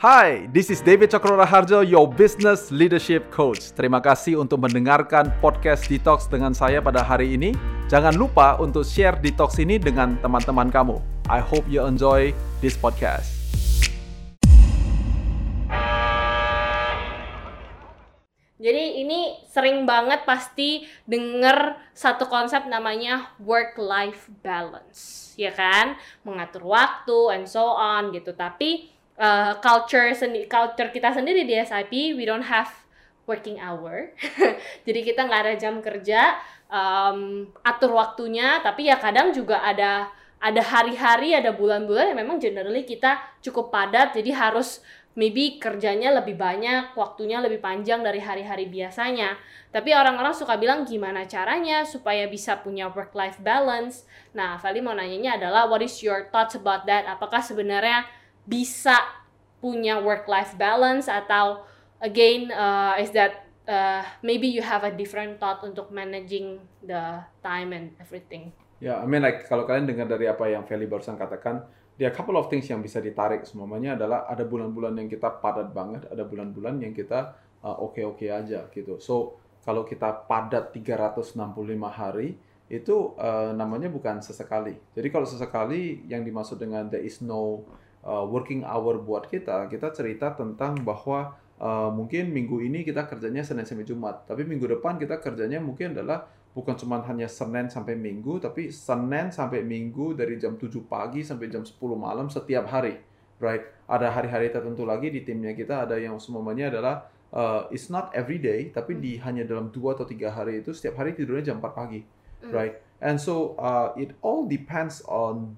Hi, this is David Cokroraharjo, your business leadership coach. Terima kasih untuk mendengarkan podcast Detox dengan saya pada hari ini. Jangan lupa untuk share Detox ini dengan teman-teman kamu. I hope you enjoy this podcast. Jadi ini sering banget pasti denger satu konsep namanya work-life balance, ya kan? Mengatur waktu and so on gitu. Tapi culture kita sendiri di SIP, we don't have working hour. Jadi kita nggak ada jam kerja, atur waktunya. Tapi ya kadang juga ada hari-hari, ada bulan-bulan yang memang generally kita cukup padat. Jadi harus maybe kerjanya lebih banyak, waktunya lebih panjang dari hari-hari biasanya. Tapi orang-orang suka bilang gimana caranya supaya bisa punya work-life balance. Nah, Feli mau nanyanya adalah what is your thoughts about that? Apakah sebenarnya bisa punya work-life balance atau again is that maybe you have a different thought untuk managing the time and everything? Ya, I mean like kalau kalian dengar dari apa yang Feli barusan katakan, there are a couple of things yang bisa ditarik. Semuanya adalah ada bulan-bulan yang kita padat banget, ada bulan-bulan yang kita oke-oke aja gitu. So, kalau kita padat 365 hari, itu namanya bukan sesekali. Jadi kalau sesekali yang dimaksud dengan there is no working hour buat kita cerita tentang bahwa mungkin minggu ini kita kerjanya Senin sampai Jumat, tapi minggu depan kita kerjanya mungkin adalah bukan cuma hanya Senin sampai Minggu, tapi Senin sampai Minggu dari jam 7 pagi sampai jam 10 malam setiap hari, right? Ada hari-hari tertentu lagi di timnya kita, ada yang semuanya adalah it's not every day, tapi hanya dalam 2 atau 3 hari itu setiap hari tidurnya jam 4 pagi, right? And so it all depends on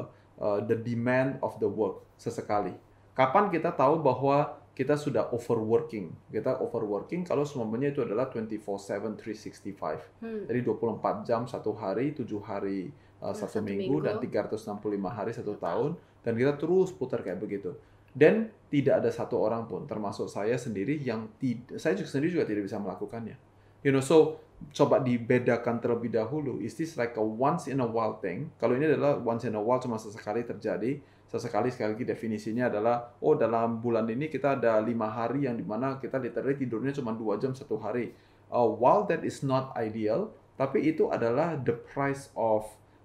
the demand of the work sesekali. Kapan kita tahu bahwa kita sudah overworking? Kita overworking kalau semuanya itu adalah 24/7, 365. Jadi 24 jam satu hari, 7 hari satu minggu, dan 365 hari satu tahun. Dan kita terus putar kayak begitu. Dan tidak ada satu orang pun, termasuk saya sendiri, saya sendiri juga tidak bisa melakukannya. You know, so coba dibedakan terlebih dahulu. Is this like a once in a while thing? Kalau ini adalah once in a while, cuma sesekali terjadi. Sekali lagi definisinya adalah, dalam bulan ini kita ada 5 hari yang dimana kita literally tidurnya cuma 2 jam satu hari. While that is not ideal, tapi itu adalah the price of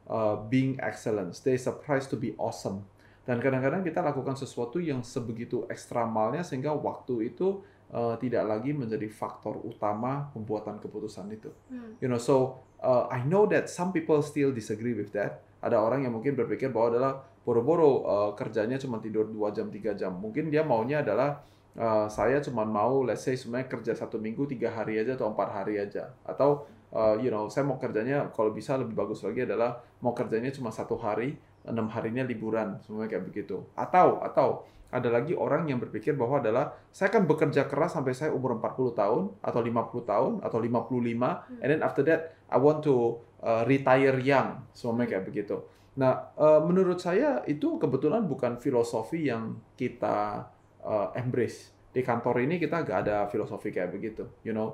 being excellent. There is a price to be awesome. Dan kadang-kadang kita lakukan sesuatu yang sebegitu ekstremalnya sehingga waktu itu tidak lagi menjadi faktor utama pembuatan keputusan itu. You know, so I know that some people still disagree with that. Ada orang yang mungkin berpikir bahwa adalah boro-boro kerjanya cuma tidur 2 jam, 3 jam. Mungkin dia maunya adalah saya cuma mau, let's say, sebenarnya kerja 1 minggu 3 hari aja atau 4 hari aja. Atau, saya mau kerjanya, kalau bisa lebih bagus lagi adalah mau kerjanya cuma 1 hari, 6 harinya liburan. Semuanya kayak begitu. Atau ada lagi orang yang berpikir bahwa adalah saya akan bekerja keras sampai saya umur 40 tahun, atau 50 tahun, atau 55, and then after that, I want to retire young. Semuanya kayak begitu. Nah, menurut saya itu kebetulan bukan filosofi yang kita embrace. Di kantor ini kita nggak ada filosofi kayak begitu. You know,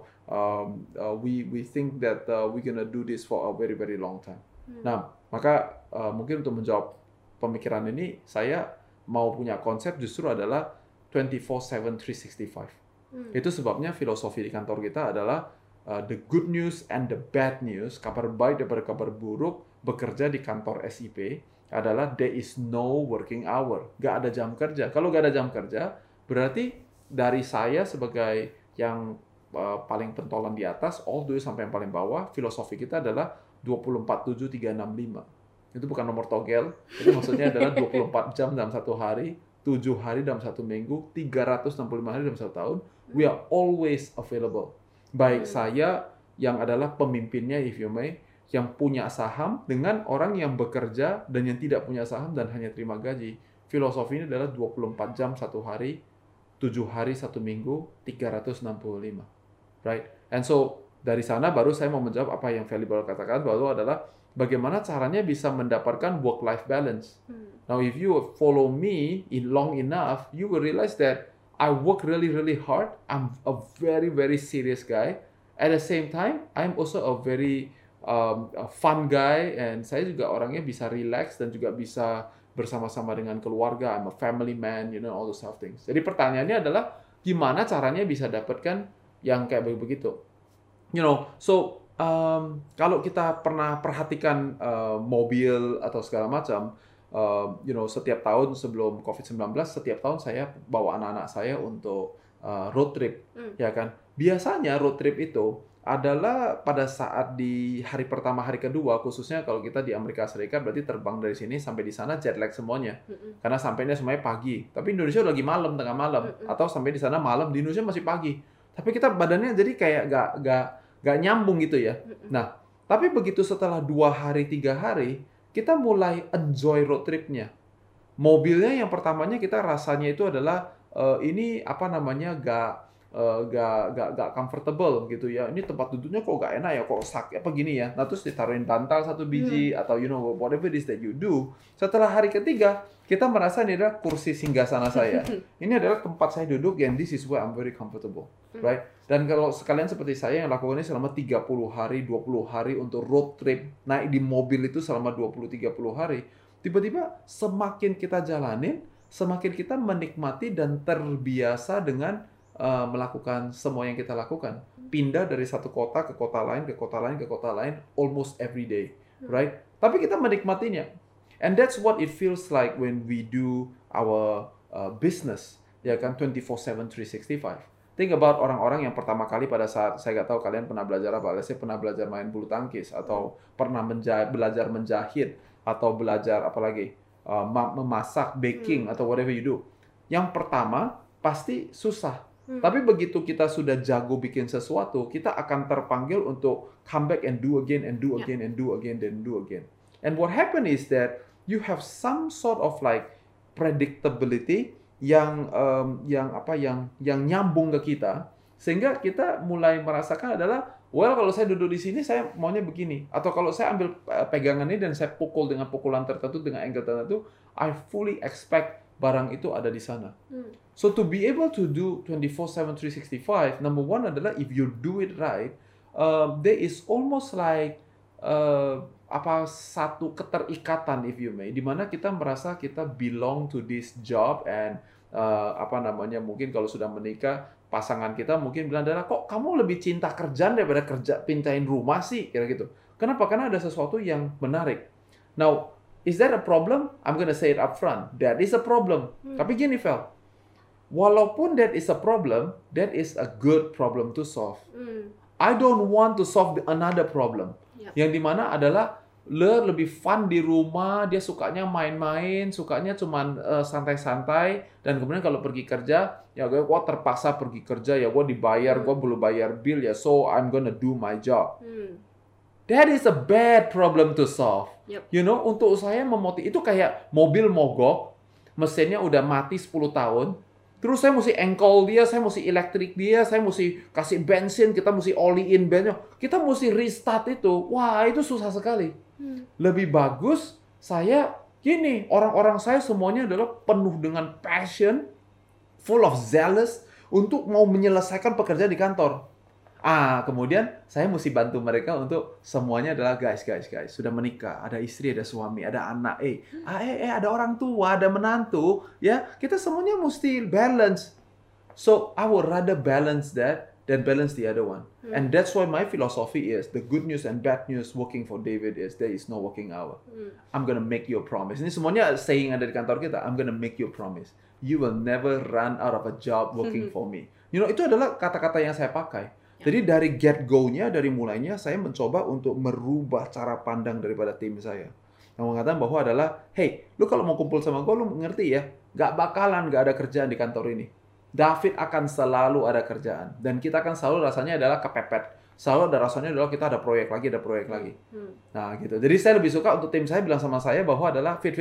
we think that we gonna do this for a very very long time. Nah, maka mungkin untuk menjawab pemikiran ini, saya mau punya konsep justru adalah 24/7, 365. Itu sebabnya filosofi di kantor kita adalah the good news and the bad news, kabar baik daripada kabar buruk, bekerja di kantor SIP adalah there is no working hour. Nggak ada jam kerja. Kalau nggak ada jam kerja, berarti dari saya sebagai yang paling pentolan di atas, all the way sampai yang paling bawah, filosofi kita adalah 24/7, 365. Itu bukan nomor togel, itu maksudnya adalah 24 jam dalam satu hari, 7 hari dalam satu minggu, 365 hari dalam satu tahun, we are always available. Baik saya yang adalah pemimpinnya, if you may, yang punya saham, dengan orang yang bekerja dan yang tidak punya saham dan hanya terima gaji. Filosofi ini adalah 24 jam satu hari, 7 hari satu minggu, 365. Right? And so, dari sana baru saya mau menjawab apa yang Feli baru katakan, bahwa adalah bagaimana caranya bisa mendapatkan work-life balance. Now, if you follow me in long enough, you will realize that I work really, really hard. I'm a very, very serious guy. At the same time, I'm also a very fun guy, and saya juga orangnya bisa relax dan juga bisa bersama-sama dengan keluarga. I'm a family man, all those stuff things. Jadi pertanyaannya adalah gimana caranya bisa dapatkan yang kayak begitu. So kalau kita pernah perhatikan mobil atau segala macam, setiap tahun sebelum COVID-19, setiap tahun saya bawa anak-anak saya untuk road trip, ya kan? Biasanya road trip itu adalah pada saat di hari pertama, hari kedua, khususnya kalau kita di Amerika Serikat, berarti terbang dari sini sampai di sana jet lag semuanya. Karena sampainya semuanya pagi. Tapi Indonesia lagi malam, tengah malam. Atau sampai di sana malam, di Indonesia masih pagi. Tapi kita badannya jadi kayak gak nyambung gitu ya. Nah, tapi begitu setelah 2 hari, 3 hari, kita mulai enjoy road tripnya. Mobilnya yang pertamanya kita rasanya itu adalah ini apa namanya gak comfortable gitu ya. Ini tempat duduknya kok gak enak ya, kok sakit apa gini ya. Nah terus ditaruhin bantal 1 biji atau whatever it is that you do. Setelah hari ketiga kita merasa ini adalah kursi singgasana saya. Ini adalah tempat saya duduk and this is where I'm very comfortable, right? Dan kalau sekalian seperti saya yang lakukan ini selama 30 hari, 20 hari untuk road trip, naik di mobil itu selama 20-30 hari, tiba-tiba semakin kita jalanin, semakin kita menikmati dan terbiasa dengan melakukan semua yang kita lakukan. Pindah dari satu kota ke kota lain, ke kota lain, ke kota lain, almost every day, right? Tapi kita menikmatinya. And that's what it feels like when we do our business, ya kan, 24/7, 365. Think about orang-orang yang pertama kali pada saat, saya nggak tahu kalian pernah belajar apa, saya pernah belajar main bulu tangkis, atau pernah belajar menjahit, atau belajar apa lagi, memasak, baking, atau whatever you do. Yang pertama, pasti susah. Tapi begitu kita sudah jago bikin sesuatu, kita akan terpanggil untuk come back and do again, and do again, and do again, then do again. And what happened is that you have some sort of like predictability yang nyambung ke kita, sehingga kita mulai merasakan adalah, well, kalau saya duduk di sini saya maunya begini, atau kalau saya ambil pegangan ini dan saya pukul dengan pukulan tertentu dengan angle tertentu, I fully expect barang itu ada di sana. So to be able to do 24/7, 365, number one adalah if you do it right, there is almost like satu keterikatan, if you may, di mana kita merasa kita belong to this job, and mungkin kalau sudah menikah, pasangan kita mungkin bilang, adalah kok kamu lebih cinta kerjaan daripada pindahin rumah sih, kira gitu. Kenapa? Karena ada sesuatu yang menarik. Now, is that a problem? I'm gonna say it up front. That is a problem. Tapi gini, Vel, walaupun that is a problem, that is a good problem to solve. I don't want to solve another problem. Yang dimana adalah lebih fun di rumah, dia sukanya main-main, sukanya cuman santai-santai, dan kemudian kalau pergi kerja, ya gue terpaksa pergi kerja, ya gue dibayar, gue belum bayar bill, ya so I'm gonna do my job. That is a bad problem to solve. Untuk saya itu kayak mobil mogok, mesinnya udah mati 10 tahun, terus saya mesti engkol dia, saya mesti elektrik dia, saya mesti kasih bensin, kita mesti oli-in bensin, kita mesti restart itu. Wah, itu susah sekali. Lebih bagus saya gini, orang-orang saya semuanya adalah penuh dengan passion, full of zealous untuk mau menyelesaikan pekerjaan di kantor. Kemudian saya mesti bantu mereka untuk semuanya adalah guys, sudah menikah, ada istri, ada suami, ada anak, ada orang tua, ada menantu, ya, kita semuanya mesti balance. So I would rather balance that than balance the other one. And that's why my philosophy is the good news and bad news working for David is there is no working hour. I'm gonna make you a promise. Ini semuanya saying ada di kantor kita. I'm gonna make you a promise. You will never run out of a job working for me. Itu adalah kata-kata yang saya pakai. Jadi dari get-go-nya, dari mulainya, saya mencoba untuk merubah cara pandang daripada tim saya. Yang mengatakan bahwa adalah, hey, lu kalau mau kumpul sama gue, lu ngerti ya, gak ada kerjaan di kantor ini. David akan selalu ada kerjaan. Dan kita akan selalu rasanya adalah kepepet. Selalu ada rasanya adalah kita ada proyek lagi. Nah gitu. Jadi saya lebih suka untuk tim saya bilang sama saya bahwa adalah fit.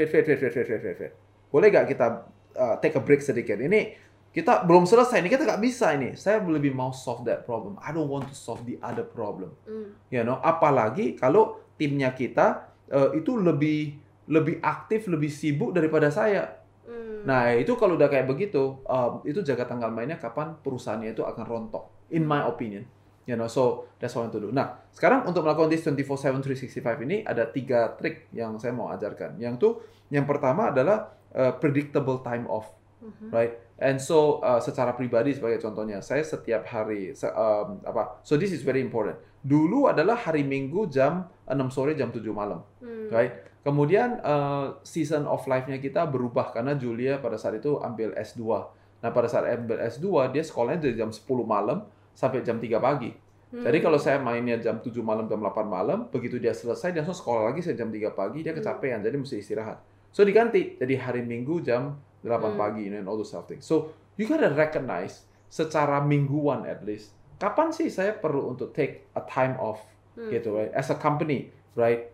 Boleh gak kita take a break sedikit? Ini kita belum selesai, ini kita nggak bisa ini. Saya lebih mau solve that problem. I don't want to solve the other problem. Apalagi kalau timnya kita itu lebih aktif, lebih sibuk daripada saya. Nah, itu kalau udah kayak begitu, itu jaga tanggal mainnya kapan perusahaannya itu akan rontok. In my opinion. So that's what I want to do. Nah, sekarang untuk melakukan this 24/7 365 ini ada 3 trik yang saya mau ajarkan. Yang pertama adalah predictable time off, right? And so secara pribadi sebagai contohnya, saya setiap hari So this is very important. Dulu adalah hari Minggu jam 6 sore jam 7 malam, right? Kemudian season of life-nya kita berubah karena Julia pada saat itu ambil S2. Nah, pada saat ambil S2 dia sekolahnya dari jam 10 malam sampai jam 3 pagi. Jadi kalau saya mainnya jam 7 malam, jam 8 malam, begitu dia selesai, dia langsung sekolah lagi jam 3 pagi, dia kecapean, jadi mesti istirahat. So diganti, jadi hari Minggu jam 8 pagi, and all those stuff things. So you gotta recognize, secara mingguan at least, kapan sih saya perlu untuk take a time off, gitu, right? As a company, right?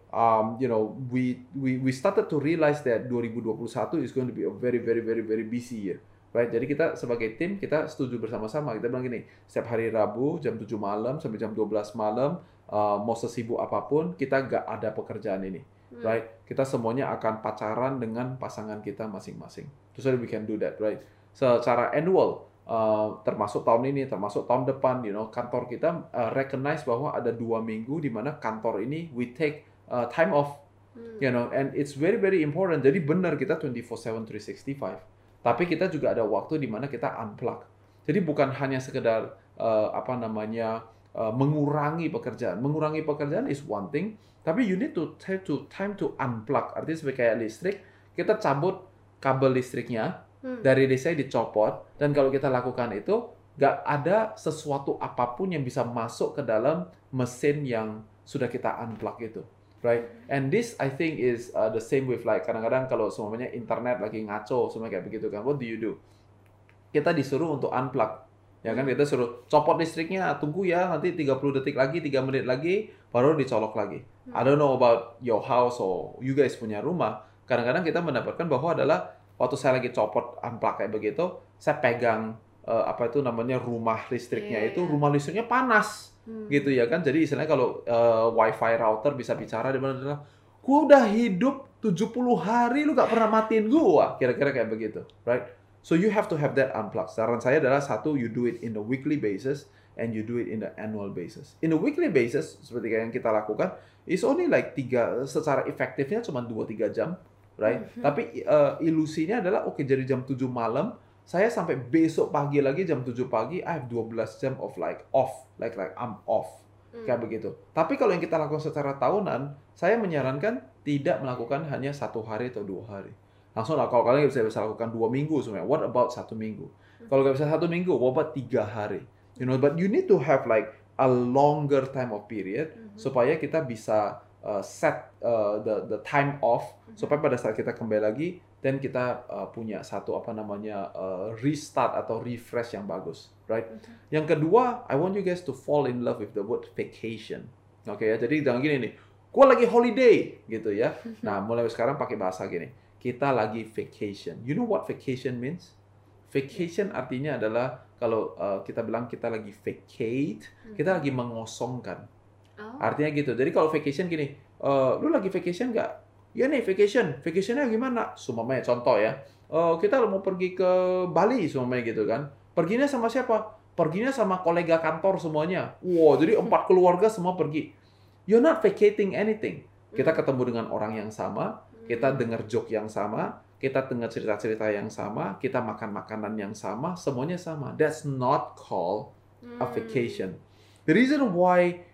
We started to realize that 2021 is going to be a very, very, very, very busy year. Right, jadi kita sebagai tim kita setuju bersama-sama. Kita bilang gini, setiap hari Rabu jam 7 malam sampai jam 12 malam, mau sesibuk apapun, kita nggak ada pekerjaan ini. Right, kita semuanya akan pacaran dengan pasangan kita masing-masing. So we can do that, right? Secara annual, termasuk tahun ini, termasuk tahun depan, kantor kita recognize bahwa ada 2 minggu di mana kantor ini we take time off, and it's very, very important. Jadi benar kita 24/7 365. Tapi kita juga ada waktu di mana kita unplug. Jadi bukan hanya sekedar mengurangi pekerjaan. Mengurangi pekerjaan is one thing, tapi you need to take time to unplug. Artinya seperti kayak listrik, kita cabut kabel listriknya dari DC dicopot, dan kalau kita lakukan itu, nggak ada sesuatu apapun yang bisa masuk ke dalam mesin yang sudah kita unplug itu. Right, and this I think is the same with like kadang-kadang kalau semuanya internet lagi ngaco semua kayak begitu kan, what do you do? Kita disuruh untuk unplug, ya kan, kita suruh copot listriknya, tunggu ya nanti 30 detik lagi, 3 menit lagi baru dicolok lagi. I don't know about your house or you guys punya rumah, kadang-kadang kita mendapatkan bahwa adalah waktu saya lagi copot unplug kayak begitu, saya pegang rumah listriknya itu, rumah listriknya panas. Gitu ya kan, jadi istilahnya kalau wifi router bisa bicara di mana adalah, gua udah hidup 70 hari lu gak pernah matiin gua, kira-kira kayak begitu, right? So you have to have that unplug. Saran saya adalah satu, you do it in a weekly basis and you do it in the annual basis. In a weekly basis seperti yang kita lakukan, it's only like secara efektifnya cuma 2-3 jam, right? Tapi ilusinya adalah oke, jadi jam 7 malam saya sampai besok pagi lagi jam 7 pagi, I have 12 jam of like off, like I'm off, kayak begitu. Tapi kalau yang kita lakukan secara tahunan, saya menyarankan tidak melakukan hanya 1 hari atau 2 hari. Langsung lah, kalau kalian bisa lakukan 2 minggu sebenarnya, what about 1 minggu? Kalau nggak bisa 1 minggu, what about 3 hari? But you need to have like a longer time of period supaya kita bisa set the time off supaya pada saat kita kembali lagi, dan kita punya satu restart atau refresh yang bagus, right? Yang kedua, I want you guys to fall in love with the word vacation. Oke ya, jadi jangan gini nih, gua lagi holiday gitu ya. Nah, mulai sekarang pakai bahasa gini, kita lagi vacation. You know what vacation means? Vacation artinya adalah kalau kita bilang kita lagi vacate, kita lagi mengosongkan. Artinya gitu. Jadi kalau vacation gini, lu lagi vacation nggak? Ya nih vacation. Vacationnya gimana? Sumpamanya contoh ya, kita mau pergi ke Bali sumpamanya gitu kan. Perginya sama siapa? Perginya sama kolega kantor semuanya. Wow, jadi 4 keluarga semua pergi. You're not vacating anything. Kita ketemu dengan orang yang sama, kita dengar joke yang sama, kita dengar cerita-cerita yang sama, kita makan makanan yang sama, semuanya sama. That's not called a vacation. The reason why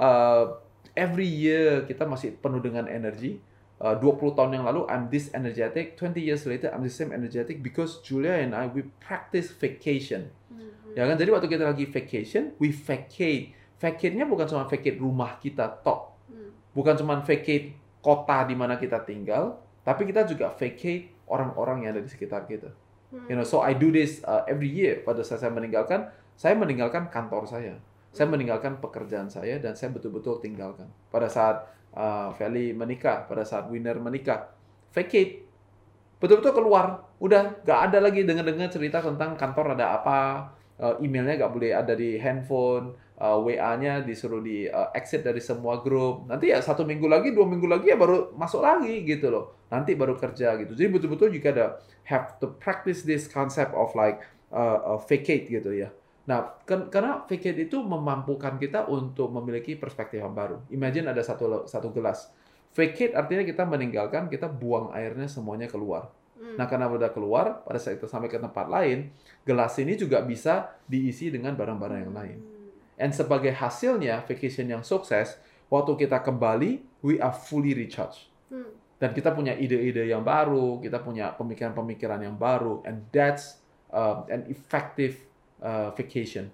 every year kita masih penuh dengan energi. 20 tahun yang lalu I'm this energetic, 20 years later I'm the same energetic because Julia and I we practice vacation. Ya kan, jadi waktu kita lagi vacation, we vacate. Vacate-nya bukan cuma vacate rumah kita tok. Bukan cuma vacate kota di mana kita tinggal, tapi kita juga vacate orang-orang yang ada di sekitar kita. So I do this every year. Pada saat saya meninggalkan kantor saya. Saya meninggalkan pekerjaan saya dan saya betul-betul tinggalkan. Pada saat Feli menikah, pada saat Winner menikah, vacate, betul-betul keluar, udah nggak ada lagi dengar-dengar cerita tentang kantor ada apa, emailnya nggak boleh ada di handphone, WA-nya disuruh di exit dari semua grup. Nanti ya 1 minggu lagi, 2 minggu lagi ya baru masuk lagi gitu loh. Nanti baru kerja gitu. Jadi betul-betul juga ada have to practice this concept of like vacate gitu ya. Nah, karena vacate itu memampukan kita untuk memiliki perspektif yang baru. Imagine ada satu gelas. Vacate artinya kita meninggalkan, kita buang airnya semuanya keluar. Nah, karena udah keluar, pada saat kita sampai ke tempat lain, gelas ini juga bisa diisi dengan barang-barang yang lain. And sebagai hasilnya, vacation yang sukses, waktu kita kembali, we are fully recharged. Dan kita punya ide-ide yang baru, kita punya pemikiran-pemikiran yang baru, and that's an effective vacation.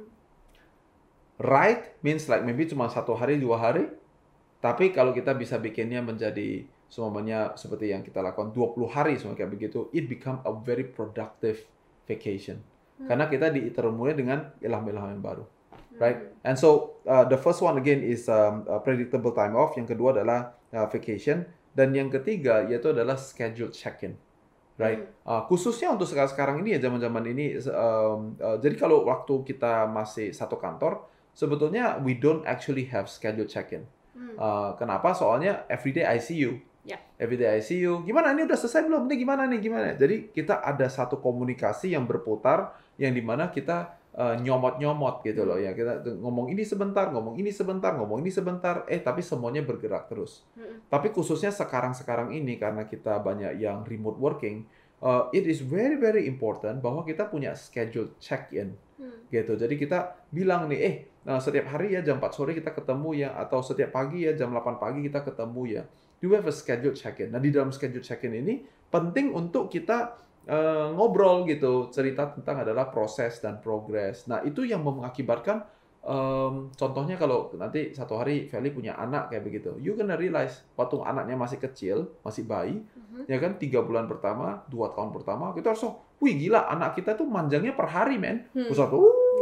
Right means like maybe cuma 1 hari, 2 hari, tapi kalau kita bisa bikinnya menjadi semuanya seperti yang kita lakukan 20 hari, semua kayak begitu, it become a very productive vacation. Karena kita diitermulai dengan ilham-ilham yang baru. Right? And so, the first one again is predictable time off. Yang kedua adalah vacation. Dan yang ketiga, yaitu adalah scheduled check-in. Right? Khususnya untuk sekarang ini ya, zaman-zaman ini. Jadi kalau waktu kita masih satu kantor, sebetulnya we don't actually have scheduled check-in. Kenapa? Soalnya everyday I see you. Everyday I see you. Gimana? Ini udah selesai belum? Ini gimana nih? Gimana? Jadi kita ada satu komunikasi yang berputar, yang dimana kita nyomot-nyomot gitu loh ya. Kita ngomong ini sebentar, ngomong ini sebentar, ngomong ini sebentar. Tapi semuanya bergerak terus. Tapi khususnya sekarang ini karena kita banyak yang remote working, it is very very important bahwa kita punya scheduled check-in. Gitu. Jadi kita bilang nih, setiap hari ya jam 4 sore kita ketemu ya, atau setiap pagi ya jam 8 pagi kita ketemu ya. Do we have a scheduled check-in? Nah, di dalam scheduled check-in ini penting untuk kita ngobrol gitu, cerita tentang adalah proses dan progres. Nah, itu yang mengakibatkan contohnya kalau nanti satu hari Feli punya anak kayak begitu, you gonna realize waktu anaknya masih kecil, masih bayi, ya kan 3 bulan pertama, 2 tahun pertama, kita harus, wih gila anak kita tuh manjangnya per hari men, besar.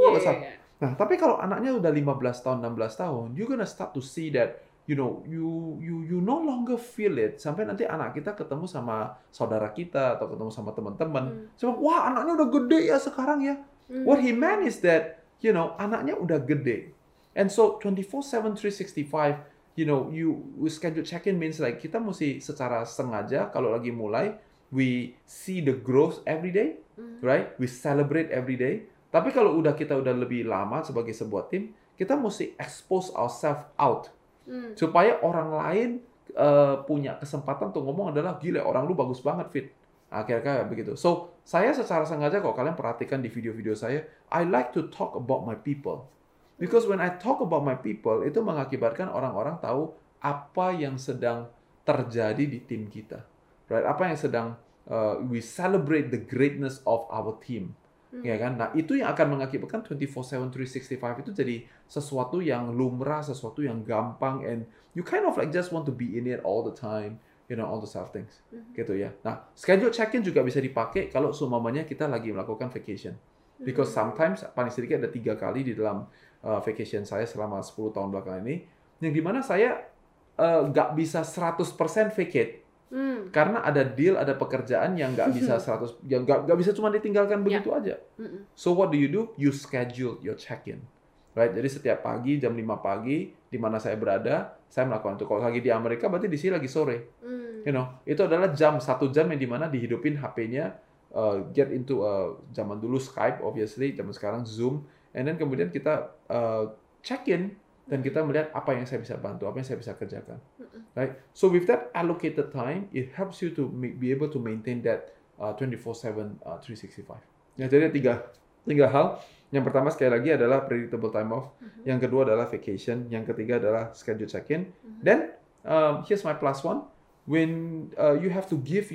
Nah, tapi kalau anaknya udah 15 tahun, 16 tahun, you gonna start to see that you know, you no longer feel it sampai nanti anak kita ketemu sama saudara kita atau ketemu sama teman-teman. Cuma, wah anaknya udah gede ya sekarang ya. What he meant is that, you know, anaknya udah gede. And so 24/7, 365, you know, you schedule check-in means like kita mesti secara sengaja kalau lagi mulai, we see the growth every day, right? We celebrate every day. Tapi kalau kita udah lebih lama sebagai sebuah tim, kita mesti expose ourselves out. Supaya orang lain punya kesempatan untuk ngomong adalah, gila orang lu bagus banget Fit. Akhirnya begitu. So, saya secara sengaja kalau kalian perhatikan di video-video saya, I like to talk about my people. Because when I talk about my people, itu mengakibatkan orang-orang tahu apa yang sedang terjadi di tim kita. Right? Apa yang sedang we celebrate the greatness of our team. Ya kan? Nah, itu yang akan mengakibatkan 24/7 365 itu jadi sesuatu yang lumrah, sesuatu yang gampang, and you kind of like just want to be in it all the time, you know, all the stuff things. Gitu ya. Nah, schedule check-in juga bisa dipakai kalau seumpamanya kita lagi melakukan vacation. Because sometimes paling sedikit ada 3 kali di dalam vacation saya selama 10 tahun belakangan ini, yang dimana saya nggak bisa 100% vacate. Karena ada deal, ada pekerjaan yang nggak bisa 100, yang nggak bisa cuma ditinggalkan begitu aja. So what do? You schedule your check-in, right? Jadi setiap pagi jam 5 pagi di mana saya berada, saya melakukan itu. Kalau lagi di Amerika berarti di sini lagi sore, you know. Itu adalah 1 jam yang dimana dihidupin HP-nya, get into zaman dulu Skype, obviously, zaman sekarang Zoom, and then kemudian kita check-in. Dan kita melihat apa yang saya bisa bantu, apa yang saya bisa kerjakan. Right? So with that allocated time, it helps you to be able to maintain that 24/7, 365. Ya, jadi tiga hal. Yang pertama sekali lagi adalah predictable time off. Yang kedua adalah vacation. Yang ketiga adalah schedule check-in. Then here's my plus one. When you have to give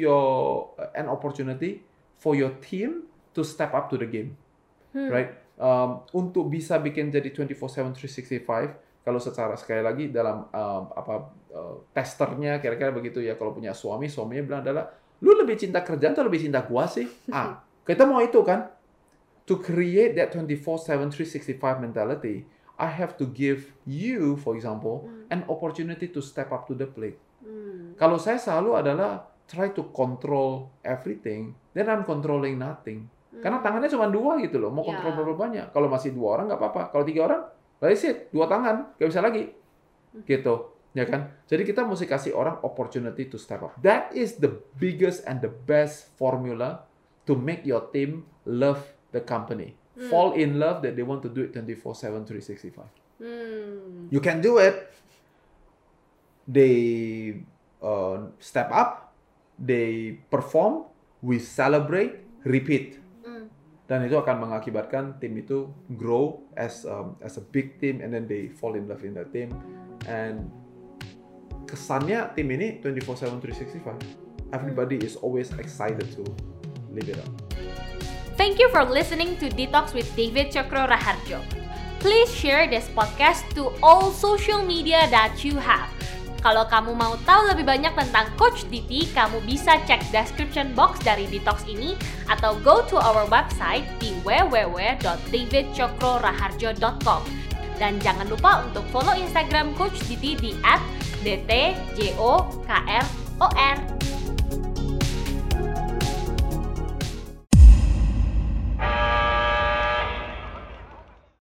an opportunity for your team to step up to the game, right? Untuk bisa bikin jadi 24/7 365, kalau secara sekali lagi dalam testernya kira-kira begitu ya, kalau punya suaminya bilang adalah, lu lebih cinta kerjaan atau lebih cinta gua sih? Kita mau itu kan? To create that 24/7 365 mentality, I have to give you, for example, an opportunity to step up to the plate. Kalau saya selalu adalah try to control everything, then I'm controlling nothing. Karena tangannya cuma 2 gitu loh, mau kontrol berapa banyak. Kalau masih 2 orang nggak apa-apa, kalau 3 orang, that's it, 2 tangan, nggak bisa lagi. Gitu, ya kan? Jadi kita mesti kasih orang opportunity to step up. That is the biggest and the best formula to make your team love the company. fall in love that they want to do it 24/7, 365. Hmm. You can do it. They step up, they perform, we celebrate, repeat. Dan itu akan mengakibatkan tim itu grow as a big team, and then they fall in love in the team. And kesannya tim ini 24/7, 365. Everybody is always excited to live it up. Thank you for listening to Detox with David Cokro Raharjo. Please share this podcast to all social media that you have. Kalau kamu mau tahu lebih banyak tentang Coach Diti, kamu bisa cek description box dari Detox ini atau go to our website di www.davidcokroraharjo.com. Dan jangan lupa untuk follow Instagram Coach Diti di @dtjokr.